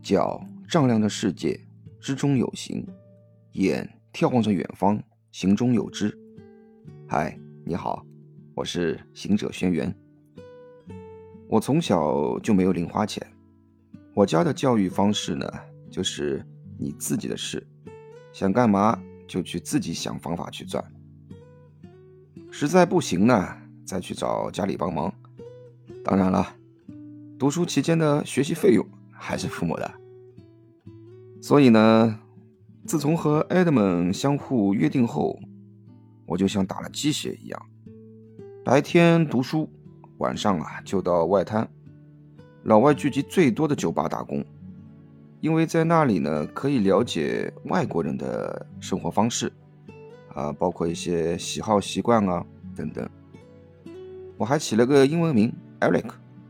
脚丈量着世界，之中有形；眼眺望着远方，行中有知。嗨，你好，我是行者轩辕。我从小就没有零花钱，我家的教育方式呢，就是你自己的事，想干嘛就去自己想方法去赚，实在不行呢，再去找家里帮忙。当然了，读书期间的学习费用还是父母的。所以呢，自从和 Edmund 相互约定后，我就像打了鸡血一样，白天读书，晚上就到外滩，老外聚集最多的酒吧打工，因为在那里呢可以了解外国人的生活方式包括一些喜好习惯等等。我还起了个英文名 Eric。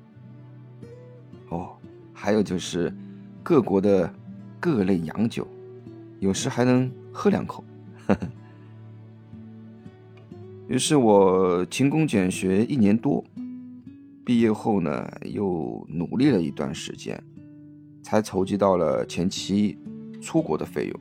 还有就是各国的各类洋酒，有时还能喝2口。于是我勤工俭学1年多，毕业后呢又努力了一段时间，才筹集到了前期出国的费用。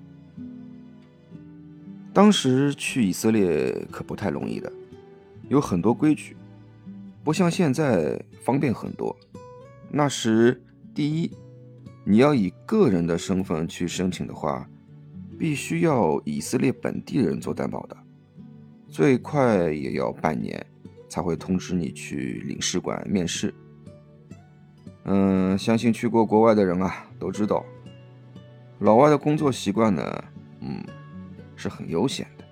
当时去以色列可不太容易的，有很多规矩，不像现在方便很多。那时第一，你要以个人的身份去申请的话，必须要以色列本地人做担保的，最快也要半年才会通知你去领事馆面试。相信去过国外的人都知道，老外的工作习惯呢，是很悠闲的，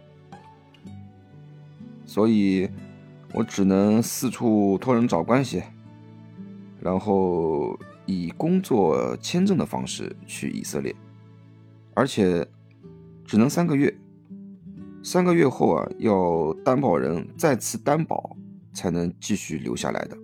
所以我只能四处托人找关系，然后以工作签证的方式去以色列，而且只能3个月，3个月后要担保人再次担保才能继续留下来的。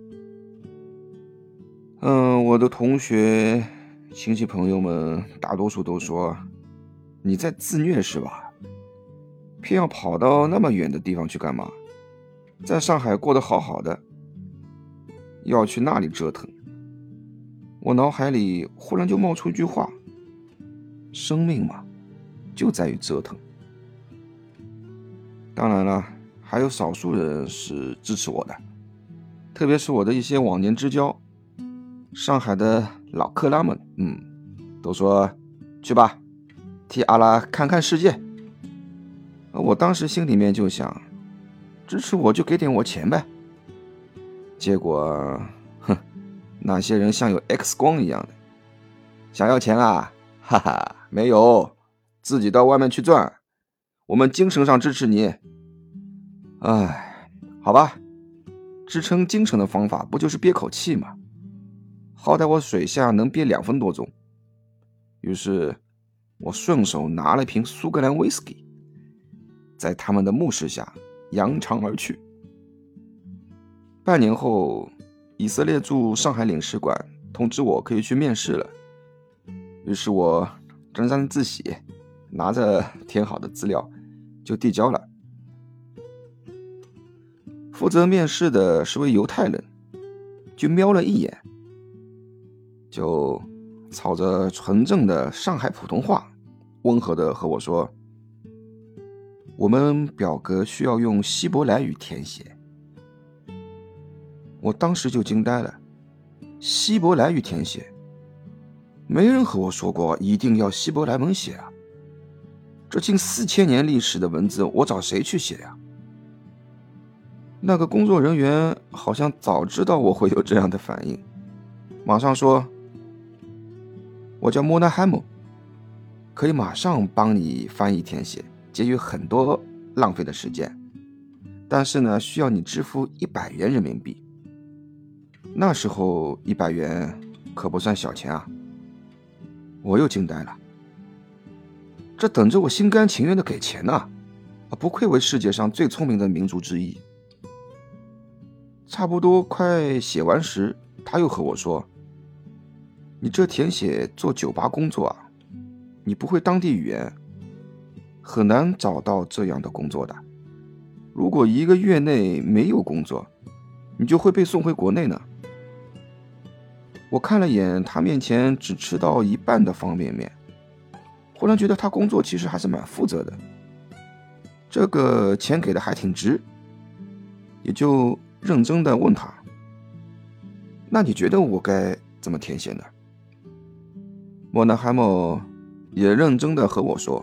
我的同学亲戚朋友们大多数都说，你在自虐是吧？偏要跑到那么远的地方去干嘛？在上海过得好好的，要去那里折腾。我脑海里忽然就冒出一句话，生命嘛，就在于折腾。当然了，还有少数人是支持我的，特别是我的一些往年之交，上海的老克拉们，都说去吧，替阿拉看看世界。我当时心里面就想，支持我就给点我钱呗。结果那些人像有 X 光一样的，想要钱哈哈，没有，自己到外面去赚，我们精神上支持你。好吧，支撑精神的方法不就是憋口气吗？好歹我水下能憋2分多钟。于是我顺手拿了一瓶苏格兰威士忌，在他们的目视下扬长而去。半年后，以色列驻上海领事馆通知我可以去面试了。于是我沾沾自喜，拿着填好的资料就递交了。负责面试的是位犹太人，就瞄了一眼，就操着纯正的上海普通话，温和地和我说，我们表格需要用希伯来语填写。我当时就惊呆了，希伯来语填写？没人和我说过一定要希伯来文写这近4000年历史的文字，我找谁去写呀？那个工作人员好像早知道我会有这样的反应，马上说，我叫莫纳汉姆，可以马上帮你翻译填写，节约很多浪费的时间，但是呢，需要你支付100元人民币。那时候100元可不算小钱我又惊呆了，这等着我心甘情愿的给钱不愧为世界上最聪明的民族之一。差不多快写完时，他又和我说，你这填写做酒吧工作你不会当地语言，很难找到这样的工作的。如果1个月内没有工作，你就会被送回国内呢。 我看了眼他面前只吃到一半的方便面，忽然觉得他工作其实还是蛮负责的，这个钱给的还挺值，也就认真的问他，那你觉得我该怎么填写呢？莫纳海默也认真的和我说，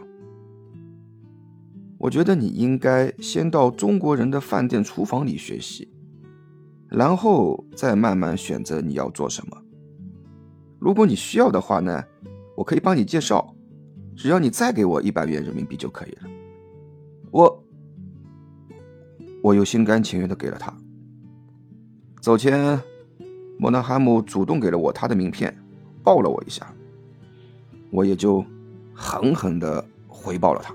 我觉得你应该先到中国人的饭店厨房里学习，然后再慢慢选择你要做什么。如果你需要的话呢，我可以帮你介绍，只要你再给我100元人民币就可以了。我又心甘情愿地给了他。走前，莫纳哈姆主动给了我他的名片，抱了我一下，我也就狠狠地回报了他。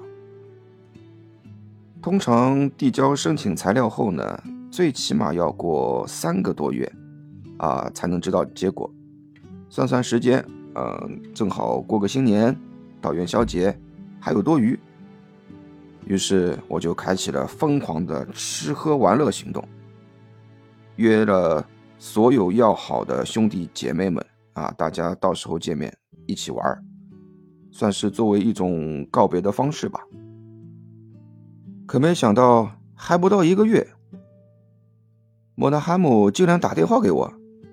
通常递交申请材料后呢，最起码要过3个多月才能知道结果。算算时间，正好过个新年，到元宵节还有多余。于是我就开启了疯狂的吃喝玩乐行动，约了所有要好的兄弟姐妹们大家到时候见面一起玩，算是作为一种告别的方式吧。可没想到还不到1个月，莫纳哈姆竟然打电话给我，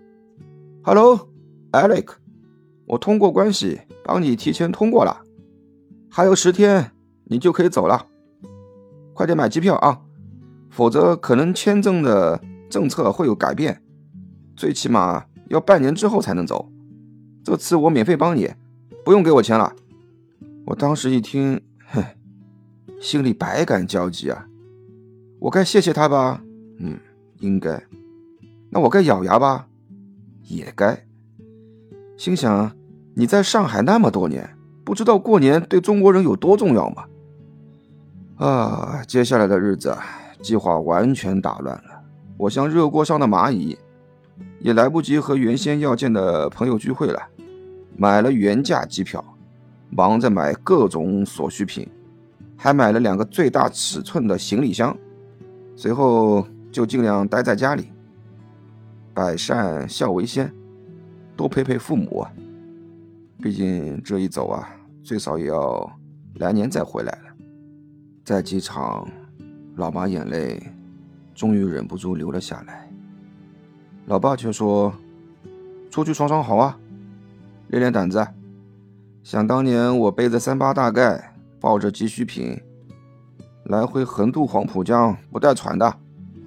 Hello Alec， 我通过关系帮你提前通过了，还有10天你就可以走了，快点买机票啊，否则可能签证的政策会有改变，最起码要半年之后才能走，这次我免费帮你，不用给我钱了。我当时一听，心里百感交集啊，我该谢谢他吧？应该。那我该咬牙吧？也该。心想，你在上海那么多年，不知道过年对中国人有多重要吗？接下来的日子计划完全打乱了，我像热锅上的蚂蚁，也来不及和原先要见的朋友聚会了，买了原价机票，忙着买各种所需品，还买了2个最大尺寸的行李箱，随后就尽量待在家里，百善孝为先，多陪陪父母毕竟这一走最少也要来年再回来了。在机场，老妈眼泪终于忍不住流了下来，老爸却说，出去闯闯好啊，练练胆子，想当年我背着38大盖，抱着急需品来回横渡黄浦江不带喘的。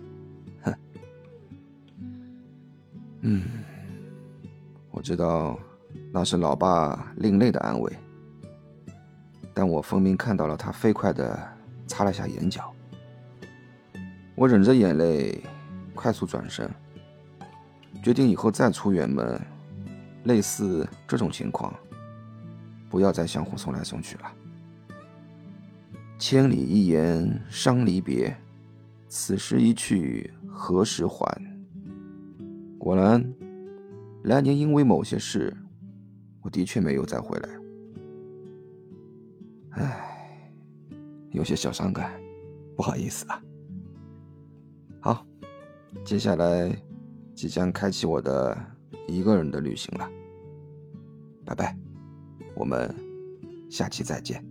我知道那是老爸另类的安慰，但我分明看到了他飞快地擦了下眼角。我忍着眼泪快速转身，决定以后再出远门，类似这种情况不要再相互送来送去了。千里一言伤离别，此时一去何时还？果然来年因为某些事，我的确没有再回来。有些小伤感，不好意思啊。好，接下来即将开启我的一个人的旅行了，拜拜，我们下期再见。